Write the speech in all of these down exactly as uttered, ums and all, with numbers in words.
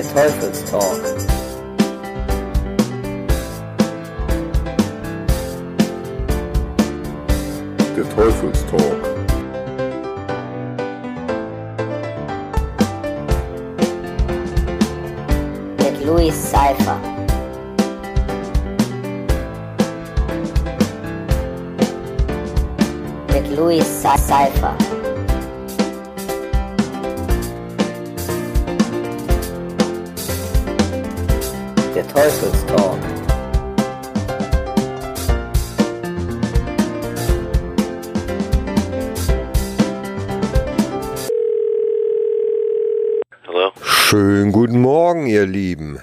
Teufelstalk. Der Teufelstalk. Mit Louis Cypher. Mit Louis Cypher. Der Teufelstalk. Hallo? Schönen guten Morgen, ihr Lieben.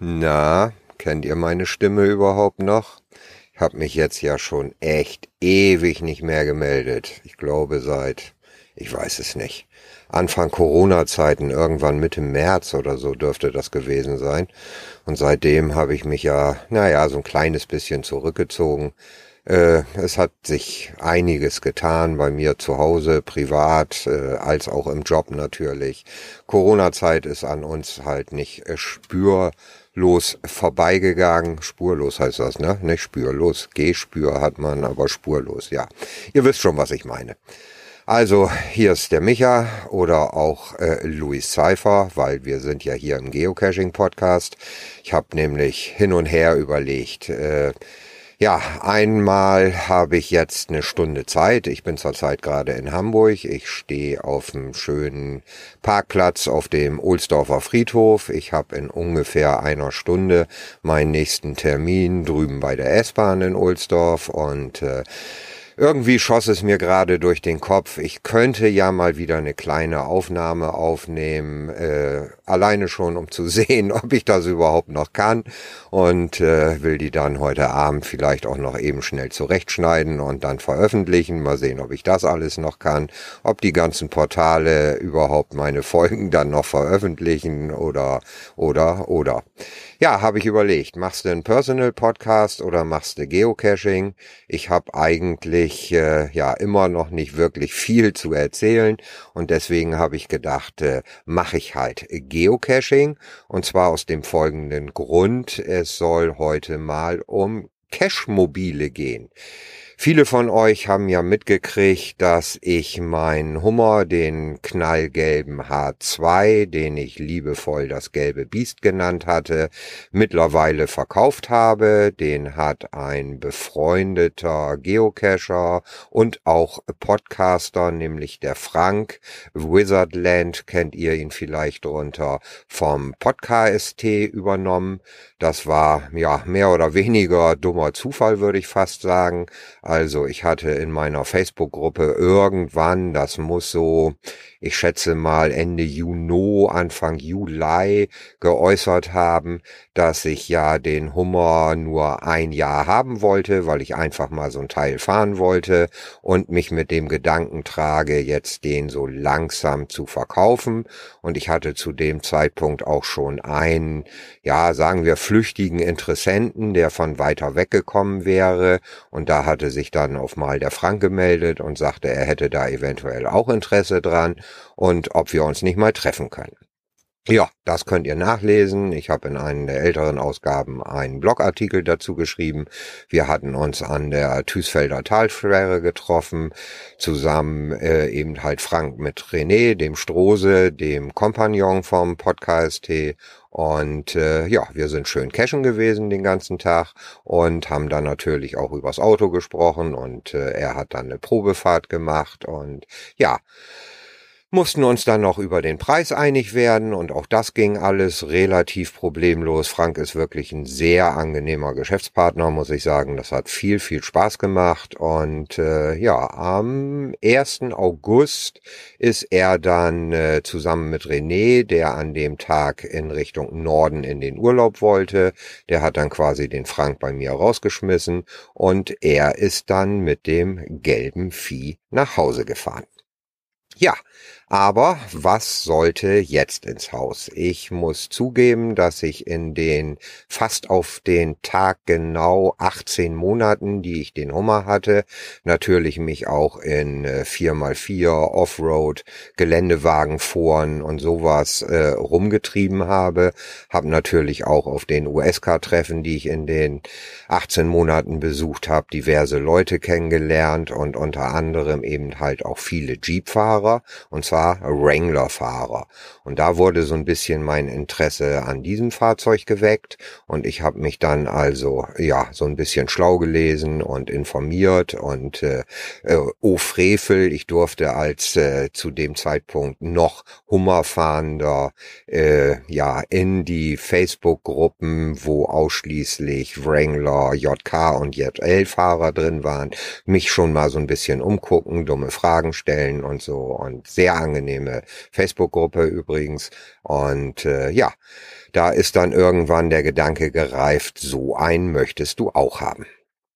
Na, kennt ihr meine Stimme überhaupt noch? Ich habe mich jetzt ja schon echt ewig nicht mehr gemeldet. Ich glaube seit, ich weiß es nicht, Anfang Corona-Zeiten, irgendwann Mitte März oder so dürfte das gewesen sein. Und seitdem habe ich mich ja, naja, so ein kleines bisschen zurückgezogen. Äh, es hat sich einiges getan bei mir zu Hause, privat, äh, als auch im Job natürlich. Corona-Zeit ist an uns halt nicht äh, spürlos vorbeigegangen. Spurlos heißt das, ne? Nicht spürlos. Gehspür hat man, aber spurlos, ja. Ihr wisst schon, was ich meine. Also, hier ist der Micha oder auch äh, Louis Cypher, weil wir sind ja hier im Geocaching-Podcast. Ich habe nämlich hin und her überlegt, äh, ja, einmal habe ich jetzt eine Stunde Zeit. Ich bin zurzeit gerade in Hamburg. Ich stehe auf einem schönen Parkplatz auf dem Ohlsdorfer Friedhof. Ich habe in ungefähr einer Stunde meinen nächsten Termin drüben bei der S-Bahn in Ohlsdorf und äh, irgendwie schoss es mir gerade durch den Kopf, ich könnte ja mal wieder eine kleine Aufnahme aufnehmen, äh, alleine schon, um zu sehen, ob ich das überhaupt noch kann und äh, will die dann heute Abend vielleicht auch noch eben schnell zurechtschneiden und dann veröffentlichen. Mal sehen, ob ich das alles noch kann, ob die ganzen Portale überhaupt meine Folgen dann noch veröffentlichen oder, oder, oder. Ja, habe ich überlegt, machst du einen Personal-Podcast oder machst du Geocaching? Ich habe eigentlich äh, ja immer noch nicht wirklich viel zu erzählen und deswegen habe ich gedacht, äh, mache ich halt Geocaching und zwar aus dem folgenden Grund, es soll heute mal um Cache-Mobile gehen. Viele von euch haben ja mitgekriegt, dass ich meinen Hummer, den knallgelben H zwei, den ich liebevoll das gelbe Biest genannt hatte, mittlerweile verkauft habe. Den hat ein befreundeter Geocacher und auch Podcaster, nämlich der Frank, Wizardland, kennt ihr ihn vielleicht drunter, vom Podcast übernommen. Das war ja mehr oder weniger dummer Zufall, würde ich fast sagen. Also ich hatte in meiner Facebook-Gruppe irgendwann, das muss so, ich schätze mal Ende Juni, Anfang Juli geäußert haben, dass ich ja den Hummer nur ein Jahr haben wollte, weil ich einfach mal so ein Teil fahren wollte und mich mit dem Gedanken trage, jetzt den so langsam zu verkaufen. Und ich hatte zu dem Zeitpunkt auch schon einen, ja, sagen wir, flüchtigen Interessenten, der von weiter weggekommen wäre. Und da hatte sich dann auf mal der Frank gemeldet und sagte, er hätte da eventuell auch Interesse dran und ob wir uns nicht mal treffen können. Ja, das könnt ihr nachlesen. Ich habe in einer der älteren Ausgaben einen Blogartikel dazu geschrieben. Wir hatten uns an der Thüsfelder Talsperre getroffen, zusammen äh, eben halt Frank mit René, dem Strose, dem Kompagnon vom Podcast. Und äh, ja, wir sind schön cashen gewesen den ganzen Tag und haben dann natürlich auch übers Auto gesprochen und äh, er hat dann eine Probefahrt gemacht und ja, mussten uns dann noch über den Preis einig werden und auch das ging alles relativ problemlos. Frank ist wirklich ein sehr angenehmer Geschäftspartner, muss ich sagen. Das hat viel, viel Spaß gemacht und äh, ja, am ersten August ist er dann äh, zusammen mit René, der an dem Tag in Richtung Norden in den Urlaub wollte. Der hat dann quasi den Frank bei mir rausgeschmissen und er ist dann mit dem gelben Vieh nach Hause gefahren. Ja, Aber was sollte jetzt ins Haus? Ich muss zugeben, dass ich in den fast auf den Tag genau achtzehn Monaten, die ich den Hummer hatte, natürlich mich auch in vier mal vier Offroad, Geländewagenforen und sowas äh, rumgetrieben habe. Habe natürlich auch auf den U S K-Treffen, die ich in den achtzehn Monaten besucht habe, diverse Leute kennengelernt und unter anderem eben halt auch viele Jeep-Fahrer, und zwar Wrangler-Fahrer. Und da wurde so ein bisschen mein Interesse an diesem Fahrzeug geweckt und ich habe mich dann also ja so ein bisschen schlau gelesen und informiert und äh, äh, oh Frevel, ich durfte als äh, zu dem Zeitpunkt noch Hummerfahrender äh, ja in die Facebook-Gruppen, wo ausschließlich Wrangler, J K und J L-Fahrer drin waren, mich schon mal so ein bisschen umgucken, dumme Fragen stellen und so, und sehr angenehme Facebook-Gruppe übrigens. Und äh, ja, da ist dann irgendwann der Gedanke gereift, so einen möchtest du auch haben.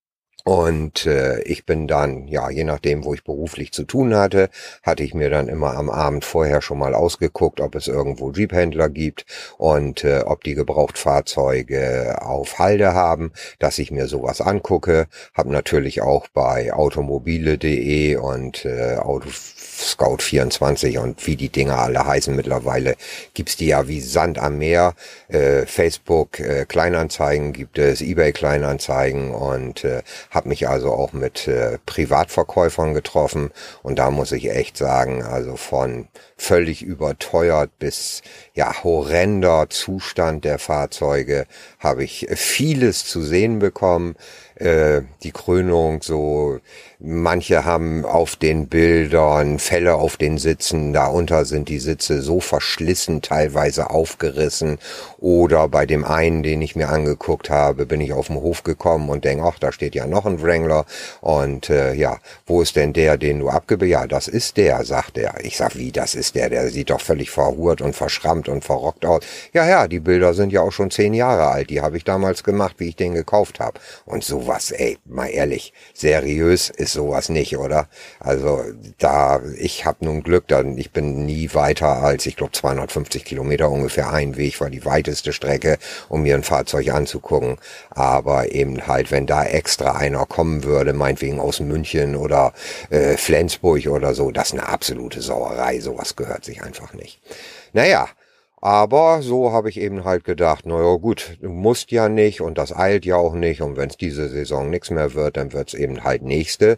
Und äh, ich bin dann, ja, je nachdem, wo ich beruflich zu tun hatte, hatte ich mir dann immer am Abend vorher schon mal ausgeguckt, ob es irgendwo Jeep-Händler gibt und äh, ob die Gebrauchtfahrzeuge auf Halde haben, dass ich mir sowas angucke. Hab natürlich auch bei automobile punkt de und äh, Autoscout vierundzwanzig und wie die Dinger alle heißen mittlerweile, gibt's die ja wie Sand am Meer. Äh, Facebook äh, Kleinanzeigen gibt es, eBay Kleinanzeigen, und äh, habe mich also auch mit äh, Privatverkäufern getroffen, und da muss ich echt sagen, also von völlig überteuert bis ja horrender Zustand der Fahrzeuge habe ich vieles zu sehen bekommen. Äh, die Krönung so, manche haben auf den Bildern Felle auf den Sitzen, darunter sind die Sitze so verschlissen, teilweise aufgerissen, oder bei dem einen, den ich mir angeguckt habe, bin ich auf den Hof gekommen und denke, ach, da steht ja noch ein Wrangler, und äh, ja, wo ist denn der, den du abgebildet? Ja, das ist der, sagt er. Ich sag, wie, das ist der? Der sieht doch völlig verhurt und verschrammt und verrockt aus. Ja, ja, die Bilder sind ja auch schon zehn Jahre alt, die habe ich damals gemacht, wie ich den gekauft habe. Und sowas, ey, mal ehrlich, seriös ist sowas nicht, oder? Also da, ich habe nun Glück, dann ich bin nie weiter als, ich glaube, zweihundertfünfzig Kilometer ungefähr ein Weg, war die weiteste Strecke, um mir ein Fahrzeug anzugucken. Aber eben halt, wenn da extra einer kommen würde, meinetwegen aus München oder äh, Flensburg oder so, das ist eine absolute Sauerei, sowas gehört sich einfach nicht. Naja, aber so habe ich eben halt gedacht, naja gut, du musst ja nicht und das eilt ja auch nicht, und wenn es diese Saison nichts mehr wird, dann wird's eben halt nächste.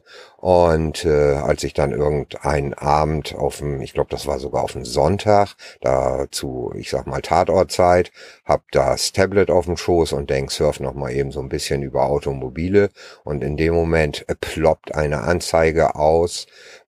Und äh, als ich dann irgendeinen Abend auf dem, ich glaube, das war sogar auf dem Sonntag, da zu, ich sag mal, Tatortzeit, hab das Tablet auf dem Schoß und denk, surf noch mal eben so ein bisschen über Automobile, und in dem Moment ploppt eine Anzeige aus,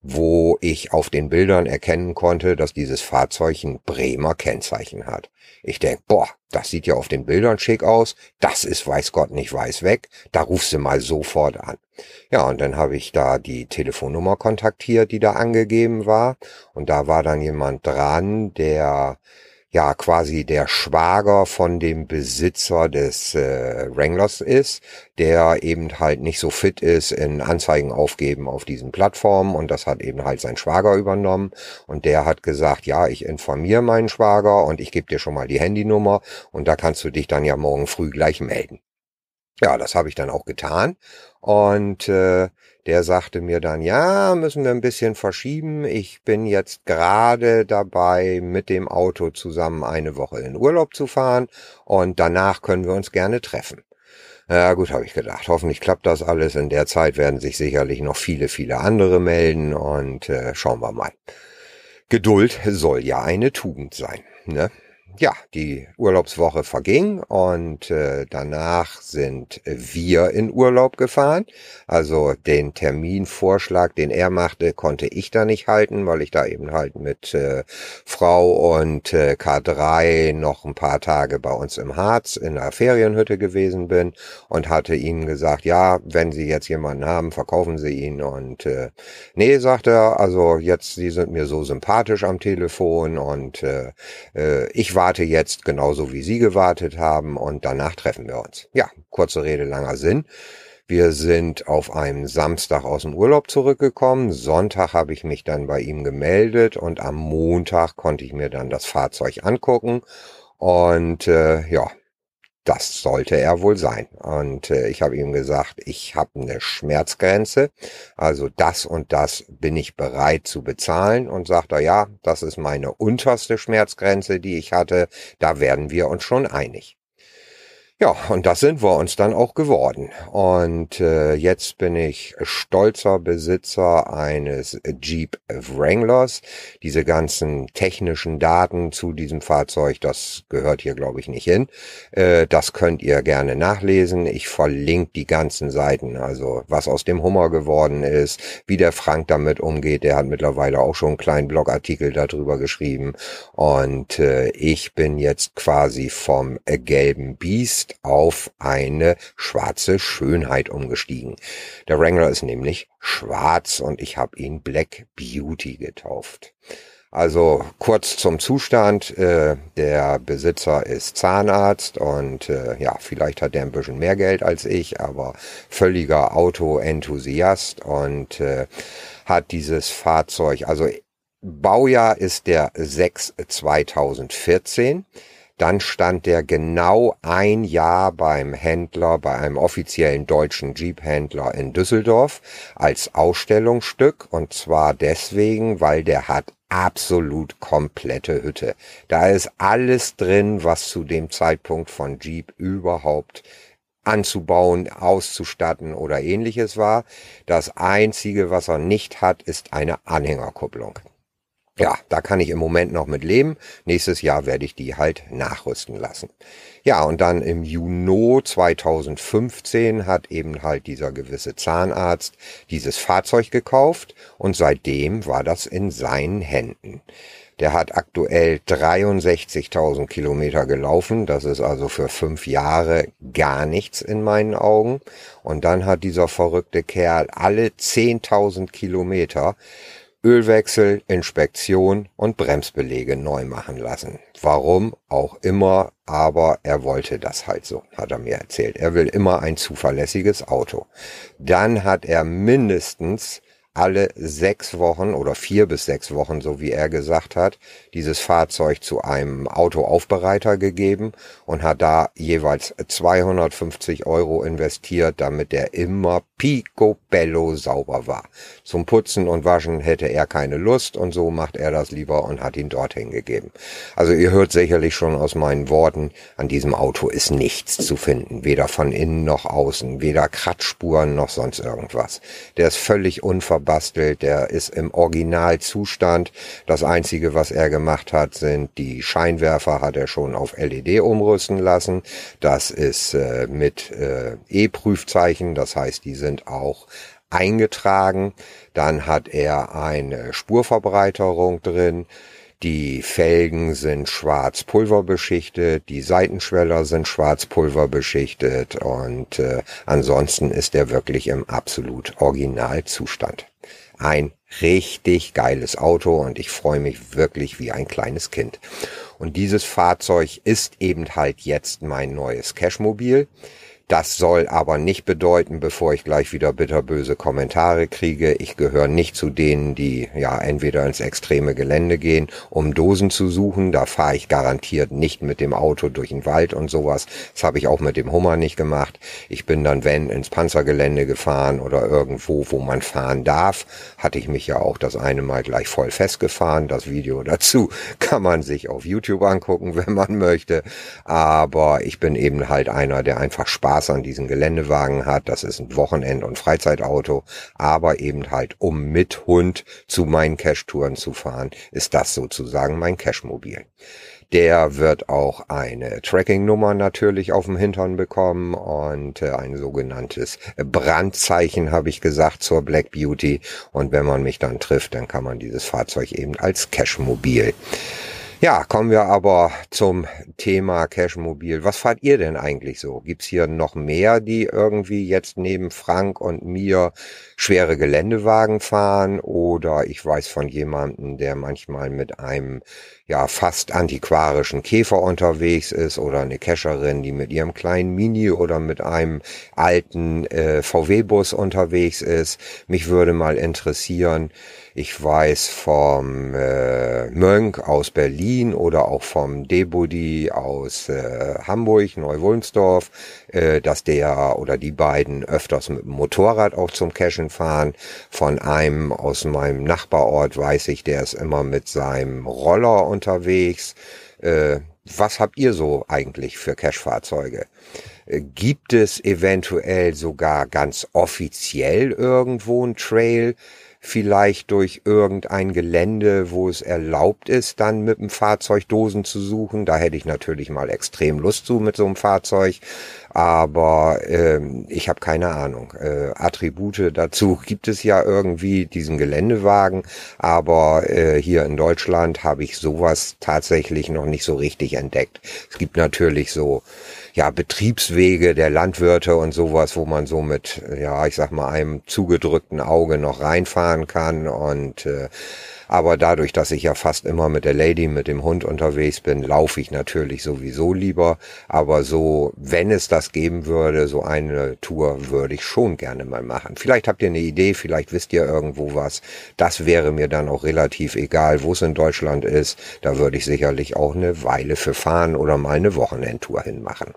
wo ich auf den Bildern erkennen konnte, dass dieses Fahrzeug ein Bremer Kennzeichen hat. Ich denk, boah, das sieht ja auf den Bildern schick aus, das ist weiß Gott nicht weiß weg, da rufst du mal sofort an. Ja, und dann habe ich da die Telefonnummer kontaktiert, die da angegeben war, und da war dann jemand dran, der ja quasi der Schwager von dem Besitzer des äh, Wranglers ist, der eben halt nicht so fit ist in Anzeigen aufgeben auf diesen Plattformen, und das hat eben halt sein Schwager übernommen, und der hat gesagt, ja, ich informiere meinen Schwager und ich gebe dir schon mal die Handynummer und da kannst du dich dann ja morgen früh gleich melden. Ja, das habe ich dann auch getan, und äh, der sagte mir dann, ja, müssen wir ein bisschen verschieben. Ich bin jetzt gerade dabei, mit dem Auto zusammen eine Woche in Urlaub zu fahren, und danach können wir uns gerne treffen. Ja gut, habe ich gedacht, hoffentlich klappt das alles. In der Zeit werden sich sicherlich noch viele, viele andere melden, und äh, schauen wir mal. Geduld soll ja eine Tugend sein, ne? Ja, die Urlaubswoche verging, und äh, danach sind wir in Urlaub gefahren. Also den Terminvorschlag, den er machte, konnte ich da nicht halten, weil ich da eben halt mit äh, Frau und äh, K drei noch ein paar Tage bei uns im Harz in der Ferienhütte gewesen bin, und hatte ihnen gesagt, ja, wenn Sie jetzt jemanden haben, verkaufen Sie ihn. Und äh, nee, sagt er, also jetzt, Sie sind mir so sympathisch am Telefon, und äh, äh, ich war warte jetzt genauso wie Sie gewartet haben, und danach treffen wir uns. Ja, kurze Rede, langer Sinn. Wir sind auf einem Samstag aus dem Urlaub zurückgekommen. Sonntag habe ich mich dann bei ihm gemeldet und am Montag konnte ich mir dann das Fahrzeug angucken. Und äh, ja, das sollte er wohl sein. Und äh, ich habe ihm gesagt, ich habe eine Schmerzgrenze. Also das und das bin ich bereit zu bezahlen. Und sagt er, ja, das ist meine unterste Schmerzgrenze, die ich hatte. Da werden wir uns schon einig. Ja, und das sind wir uns dann auch geworden. Und äh, jetzt bin ich stolzer Besitzer eines Jeep Wranglers. Diese ganzen technischen Daten zu diesem Fahrzeug, das gehört hier, glaube ich, nicht hin. Äh, das könnt ihr gerne nachlesen. Ich verlinke die ganzen Seiten, also was aus dem Hummer geworden ist, wie der Frank damit umgeht. Der hat mittlerweile auch schon einen kleinen Blogartikel darüber geschrieben. Und äh, ich bin jetzt quasi vom äh, gelben Biest auf eine schwarze Schönheit umgestiegen. Der Wrangler ist nämlich schwarz und ich habe ihn Black Beauty getauft. Also kurz zum Zustand, äh, der Besitzer ist Zahnarzt und äh, ja, vielleicht hat er ein bisschen mehr Geld als ich, aber völliger Auto-Enthusiast und äh, hat dieses Fahrzeug, also Baujahr ist der sechs zweitausendvierzehn. Dann stand der genau ein Jahr beim Händler, bei einem offiziellen deutschen Jeep-Händler in Düsseldorf als Ausstellungsstück. Und zwar deswegen, weil der hat absolut komplette Hütte. Da ist alles drin, was zu dem Zeitpunkt von Jeep überhaupt anzubauen, auszustatten oder ähnliches war. Das Einzige, was er nicht hat, ist eine Anhängerkupplung. Ja, da kann ich im Moment noch mit leben. Nächstes Jahr werde ich die halt nachrüsten lassen. Ja, und dann im Juni zweitausendfünfzehn hat eben halt dieser gewisse Zahnarzt dieses Fahrzeug gekauft und seitdem war das in seinen Händen. Der hat aktuell dreiundsechzigtausend Kilometer gelaufen. Das ist also für fünf Jahre gar nichts in meinen Augen. Und dann hat dieser verrückte Kerl alle zehntausend Kilometer Ölwechsel, Inspektion und Bremsbeläge neu machen lassen. Warum auch immer, aber er wollte das halt so, hat er mir erzählt. Er will immer ein zuverlässiges Auto. Dann hat er mindestens alle sechs Wochen oder vier bis sechs Wochen, so wie er gesagt hat, dieses Fahrzeug zu einem Autoaufbereiter gegeben und hat da jeweils zweihundertfünfzig Euro investiert, damit er immer picobello sauber war. Zum Putzen und Waschen hätte er keine Lust und so macht er das lieber und hat ihn dorthin gegeben. Also ihr hört sicherlich schon aus meinen Worten, an diesem Auto ist nichts zu finden, weder von innen noch außen, weder Kratzspuren noch sonst irgendwas. Der ist völlig unverbindlich bastelt, der ist im Originalzustand. Das Einzige, was er gemacht hat, sind die Scheinwerfer, hat er schon auf L E D umrüsten lassen. Das ist äh, mit äh, E-Prüfzeichen, das heißt, die sind auch eingetragen. Dann hat er eine Spurverbreiterung drin. Die Felgen sind schwarz pulverbeschichtet, die Seitenschweller sind schwarz pulverbeschichtet und äh, ansonsten ist er wirklich im absolut Originalzustand. Ein richtig geiles Auto und ich freue mich wirklich wie ein kleines Kind. Und dieses Fahrzeug ist eben halt jetzt mein neues Cashmobil. Das soll aber nicht bedeuten, bevor ich gleich wieder bitterböse Kommentare kriege, ich gehöre nicht zu denen, die ja entweder ins extreme Gelände gehen, um Dosen zu suchen. Da fahre ich garantiert nicht mit dem Auto durch den Wald und sowas. Das habe ich auch mit dem Hummer nicht gemacht. Ich bin dann, wenn, ins Panzergelände gefahren oder irgendwo, wo man fahren darf. Hatte ich mich ja auch das eine Mal gleich voll festgefahren. Das Video dazu kann man sich auf YouTube angucken, wenn man möchte. Aber ich bin eben halt einer, der einfach Spaß an diesen Geländewagen hat. Das ist ein Wochenend- und Freizeitauto, aber eben halt, um mit Hund zu meinen Cash-Touren zu fahren, ist das sozusagen mein Cashmobil. Der wird auch eine Tracking-Nummer natürlich auf dem Hintern bekommen und äh, ein sogenanntes Brandzeichen, habe ich gesagt, zur Black Beauty. Und wenn man mich dann trifft, dann kann man dieses Fahrzeug eben als Cashmobil. Ja, kommen wir aber zum Thema Cashmobil. Was fahrt ihr denn eigentlich so? Gibt's hier noch mehr, die irgendwie jetzt neben Frank und mir schwere Geländewagen fahren? Oder ich weiß von jemandem, der manchmal mit einem ja fast antiquarischen Käfer unterwegs ist oder eine Cacherin, die mit ihrem kleinen Mini oder mit einem alten äh, V W-Bus unterwegs ist. Mich würde mal interessieren, ich weiß vom äh, Mönk aus Berlin oder auch vom Debudi aus äh, Hamburg, Neu-Wulmsdorf, äh, dass der oder die beiden öfters mit dem Motorrad auch zum Cachen fahren. Von einem aus meinem Nachbarort weiß ich, der ist immer mit seinem Roller unterwegs. Äh, was habt ihr so eigentlich für Cache-Fahrzeuge? Äh, gibt es eventuell sogar ganz offiziell irgendwo einen Trail, vielleicht durch irgendein Gelände, wo es erlaubt ist, dann mit dem Fahrzeug Dosen zu suchen? Da hätte ich natürlich mal extrem Lust zu mit so einem Fahrzeug, aber ähm, ich habe keine Ahnung. Äh, Attribute dazu gibt es ja irgendwie, diesen Geländewagen, aber äh, hier in Deutschland habe ich sowas tatsächlich noch nicht so richtig entdeckt. Es gibt natürlich so ja, Betriebswege der Landwirte und sowas, wo man so mit, ja, ich sag mal, einem zugedrückten Auge noch reinfahren kann und, äh, aber dadurch, dass ich ja fast immer mit der Lady, mit dem Hund unterwegs bin, laufe ich natürlich sowieso lieber, aber so, wenn es das geben würde, so eine Tour würde ich schon gerne mal machen. Vielleicht habt ihr eine Idee, vielleicht wisst ihr irgendwo was, das wäre mir dann auch relativ egal, wo es in Deutschland ist, da würde ich sicherlich auch eine Weile für fahren oder mal eine Wochenendtour hinmachen.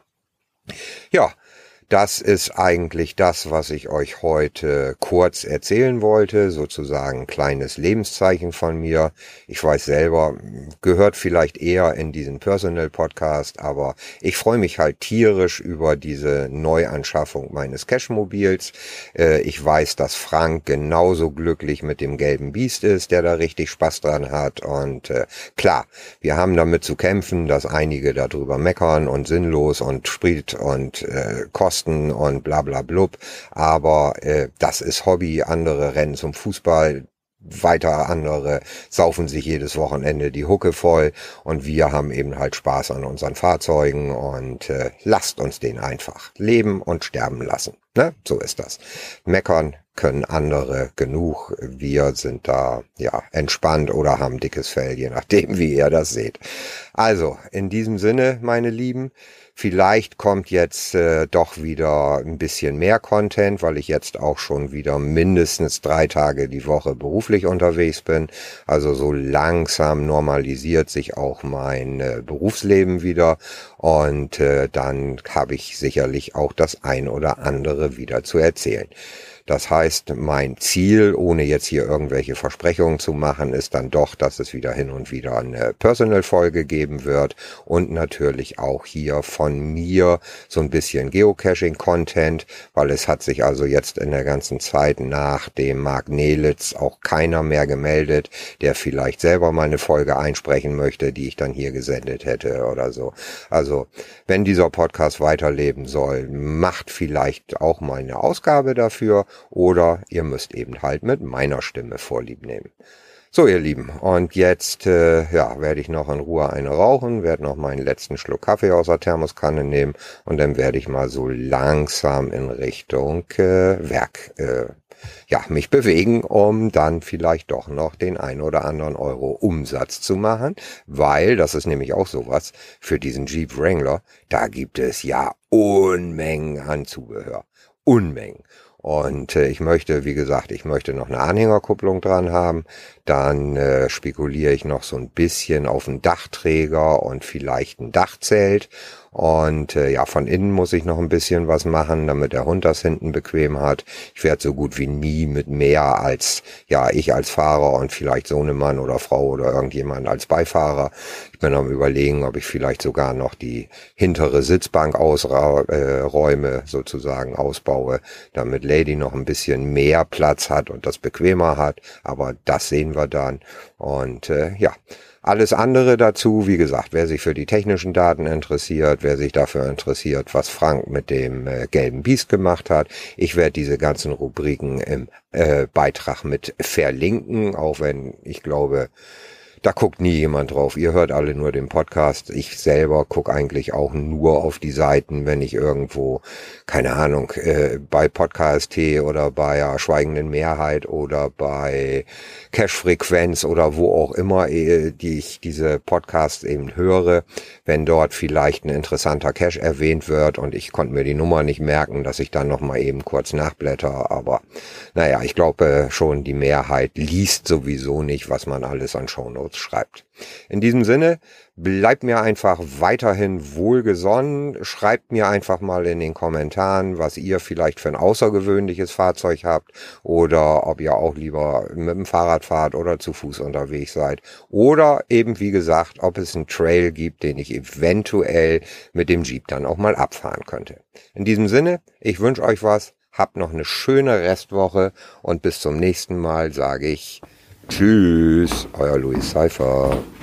Ja, das ist eigentlich das, was ich euch heute kurz erzählen wollte, sozusagen ein kleines Lebenszeichen von mir. Ich weiß selber, gehört vielleicht eher in diesen Personal-Podcast, aber ich freue mich halt tierisch über diese Neuanschaffung meines Cashmobils. Äh, ich weiß, dass Frank genauso glücklich mit dem gelben Biest ist, der da richtig Spaß dran hat. Und äh, klar, wir haben damit zu kämpfen, dass einige darüber meckern und sinnlos und Sprit und äh, Kosten und bla bla blub, aber äh, das ist Hobby, andere rennen zum Fußball, weiter andere saufen sich jedes Wochenende die Hucke voll und wir haben eben halt Spaß an unseren Fahrzeugen und äh, lasst uns den einfach leben und sterben lassen. Ne? So ist das. Meckern können andere genug. Wir sind da ja entspannt oder haben dickes Fell, je nachdem, wie ihr das seht. Also, in diesem Sinne, meine Lieben, vielleicht kommt jetzt äh, doch wieder ein bisschen mehr Content, weil ich jetzt auch schon wieder mindestens drei Tage die Woche beruflich unterwegs bin. Also so langsam normalisiert sich auch mein äh, Berufsleben wieder und äh, dann habe ich sicherlich auch das ein oder andere wieder zu erzählen. Das heißt, mein Ziel, ohne jetzt hier irgendwelche Versprechungen zu machen, ist dann doch, dass es wieder hin und wieder eine Personal-Folge geben wird und natürlich auch hier von mir so ein bisschen Geocaching-Content, weil es hat sich also jetzt in der ganzen Zeit nach dem Marc Nelitz auch keiner mehr gemeldet, der vielleicht selber mal eine Folge einsprechen möchte, die ich dann hier gesendet hätte oder so. Also, wenn dieser Podcast weiterleben soll, macht vielleicht auch mal eine Ausgabe dafür. Oder ihr müsst eben halt mit meiner Stimme Vorlieb nehmen. So, ihr Lieben, und jetzt äh, ja, werde ich noch in Ruhe eine rauchen, werde noch meinen letzten Schluck Kaffee aus der Thermoskanne nehmen und dann werde ich mal so langsam in Richtung äh, Werk äh, ja, mich bewegen, um dann vielleicht doch noch den ein oder anderen Euro Umsatz zu machen, weil, das ist nämlich auch sowas, für diesen Jeep Wrangler, da gibt es ja Unmengen an Zubehör. Unmengen. Und äh, ich möchte, wie gesagt, ich möchte noch eine Anhängerkupplung dran haben. Dann äh, spekuliere ich noch so ein bisschen auf einen Dachträger und vielleicht ein Dachzelt. Und äh, ja, von innen muss ich noch ein bisschen was machen, damit der Hund das hinten bequem hat. Ich werde so gut wie nie mit mehr als, ja, ich als Fahrer und vielleicht Sohnemann oder Frau oder irgendjemand als Beifahrer. Ich bin am Überlegen, ob ich vielleicht sogar noch die hintere Sitzbank ausräume, äh, sozusagen ausbaue, damit Lady noch ein bisschen mehr Platz hat und das bequemer hat. Aber das sehen wir dann. Und äh, ja, alles andere dazu, wie gesagt, wer sich für die technischen Daten interessiert, wer sich dafür interessiert, was Frank mit dem äh, gelben Biest gemacht hat. Ich werde diese ganzen Rubriken im äh, Beitrag mit verlinken, auch wenn ich glaube, Da guckt nie jemand drauf. Ihr hört alle nur den Podcast. Ich selber gucke eigentlich auch nur auf die Seiten, wenn ich irgendwo, keine Ahnung, äh, bei Podcast T oder bei ja, Schweigenden Mehrheit oder bei Cash-Frequenz oder wo auch immer, äh, die ich diese Podcasts eben höre, wenn dort vielleicht ein interessanter Cash erwähnt wird und ich konnte mir die Nummer nicht merken, dass ich dann nochmal eben kurz nachblätter. Aber naja, ich glaube schon, die Mehrheit liest sowieso nicht, was man alles an Shownotes schreibt. In diesem Sinne, bleibt mir einfach weiterhin wohlgesonnen, schreibt mir einfach mal in den Kommentaren, was ihr vielleicht für ein außergewöhnliches Fahrzeug habt oder ob ihr auch lieber mit dem Fahrrad fahrt oder zu Fuß unterwegs seid oder eben wie gesagt, ob es einen Trail gibt, den ich eventuell mit dem Jeep dann auch mal abfahren könnte. In diesem Sinne, ich wünsche euch was, habt noch eine schöne Restwoche und bis zum nächsten Mal sage ich Tschüss, euer Louis Cypher.